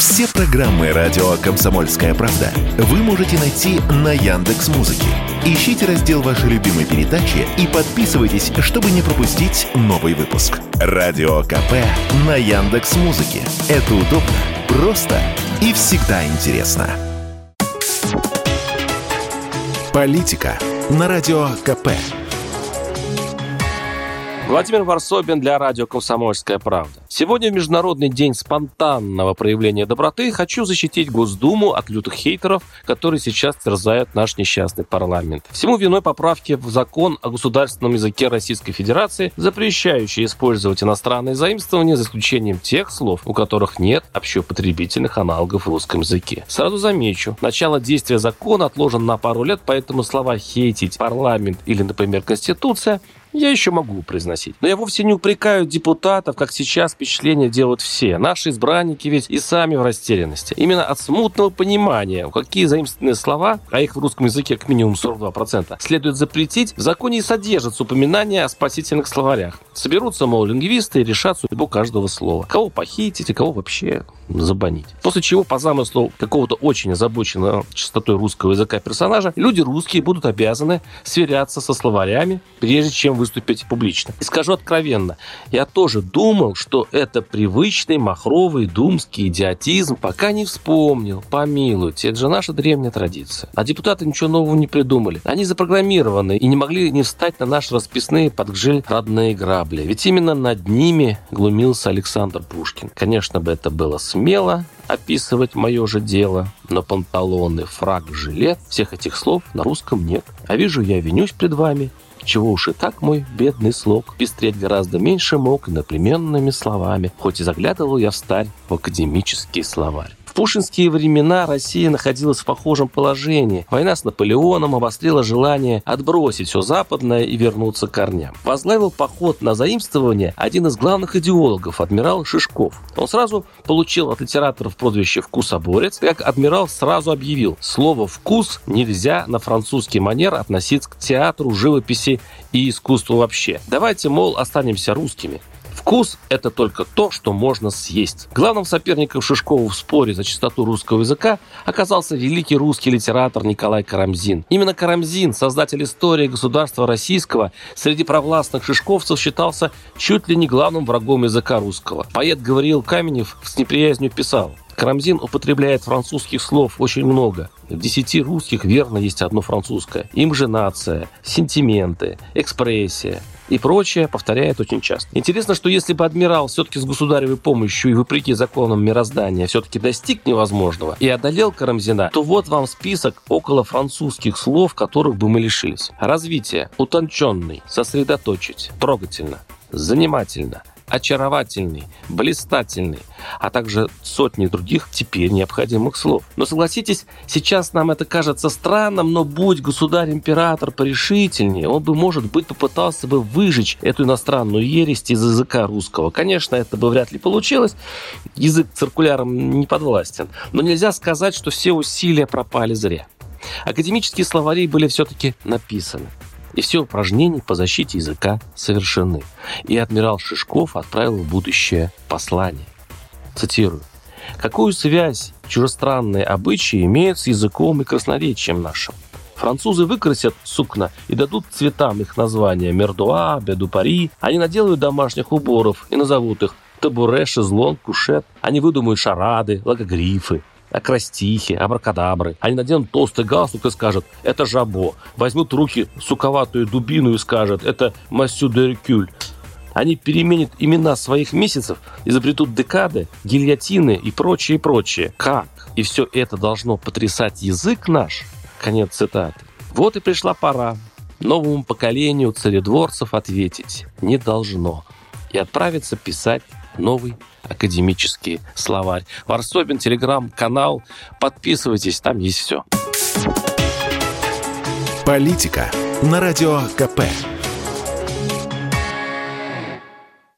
Все программы радио «Комсомольская правда» вы можете найти на Яндекс.Музыке. Ищите раздел вашей любимой передачи и подписывайтесь, чтобы не пропустить новый выпуск. Радио КП на Яндекс.Музыке. Это удобно, просто и всегда интересно. Политика на радио КП. Владимир Варсобин для радио «Комсомольская правда». Сегодня, в Международный день спонтанного проявления доброты, хочу защитить Госдуму от лютых хейтеров, которые сейчас терзают наш несчастный парламент. Всему виной поправки в закон о государственном языке Российской Федерации, запрещающие использовать иностранные заимствования за исключением тех слов, у которых нет общеупотребительных аналогов в русском языке. Сразу замечу, начало действия закона отложено на пару лет, поэтому слова «хейтить», «парламент» или, например, «Конституция» я еще могу произносить. Но я вовсе не упрекаю депутатов, как сейчас впечатление делают все. Наши избранники ведь и сами в растерянности. Именно от смутного понимания, какие заимствованные слова, а их в русском языке как минимум 42%, следует запретить, в законе и содержится упоминание о спасительных словарях. Соберутся, мол, лингвисты и решат судьбу каждого слова. Кого похитить, а кого вообще забанить. После чего, по замыслу какого-то очень озабоченного чистотой русского языка персонажа, люди русские будут обязаны сверяться со словарями, прежде чем выступить публично. И скажу откровенно, я тоже думал, что это привычный махровый думский идиотизм, пока не вспомнил. Помилуйте, это же наша древняя традиция. А депутаты ничего нового не придумали. Они запрограммированы и не могли не встать на наши расписные под гжель родные грабли. Ведь именно над ними глумился Александр Пушкин. Конечно бы это было смело описывать мое же дело, но панталоны, фрак, жилет, всех этих слов на русском нет. А вижу, я винюсь пред вами. Чего уж и так мой бедный слог пестреть гораздо меньше мог иноплеменными словами, хоть и заглядывал я встарь в академический словарь. В пушкинские времена Россия находилась в похожем положении. Война с Наполеоном обострила желание отбросить все западное и вернуться к корням. Возглавил поход на заимствование один из главных идеологов, адмирал Шишков. Он сразу получил от литераторов прозвище «вкусоборец», как адмирал сразу объявил: слово «вкус» нельзя на французский манер относиться к театру, живописи и искусству вообще. Давайте, мол, останемся русскими. Вкус – это только то, что можно съесть. Главным соперником Шишкова в споре за чистоту русского языка оказался великий русский литератор Николай Карамзин. Именно Карамзин, создатель истории государства российского, среди провластных шишковцев считался чуть ли не главным врагом языка русского. Поэт Гавриил Каменев с неприязнью писал: Карамзин употребляет французских слов очень много. В 10 русских верно есть одно французское. Им же нация, сентименты, экспрессия и прочее повторяет очень часто. Интересно, что если бы адмирал все-таки с государевой помощью и вопреки законам мироздания все-таки достиг невозможного и одолел Карамзина, то вот вам список около французских слов, которых бы мы лишились. Развитие. Утонченный. Сосредоточить. Трогательно. Занимательно. Очаровательный, блистательный, а также сотни других теперь необходимых слов. Но согласитесь, сейчас нам это кажется странным, но будь государь-император порешительнее, он бы, может быть, попытался бы выжечь эту иностранную ересь из языка русского. Конечно, это бы вряд ли получилось, язык циркулярам не подвластен, но нельзя сказать, что все усилия пропали зря. Академические словари были все-таки написаны. И все упражнения по защите языка совершены. И адмирал Шишков отправил в будущее послание. Цитирую. «Какую связь чужестранные обычаи имеют с языком и красноречием нашим? Французы выкрасят сукна и дадут цветам их названия мердуа, бедупари. Они наделают домашних уборов и назовут их табуре, шезлонг, кушет. Они выдумают шарады, логогрифы, акростихи, абракадабры. Они наденут толстый галстук и скажут: это жабо. Возьмут в руки суковатую дубину и скажут: это массю де рекюль. Они переменят имена своих месяцев, изобретут декады, гильотины и прочее, прочее. Как? И все это должно потрясать язык наш?» Конец цитаты. Вот и пришла пора новому поколению царедворцев ответить: не должно. И отправиться писать новый академический словарь. Варсобин, телеграм-канал. Подписывайтесь, там есть все. Политика на радио КП.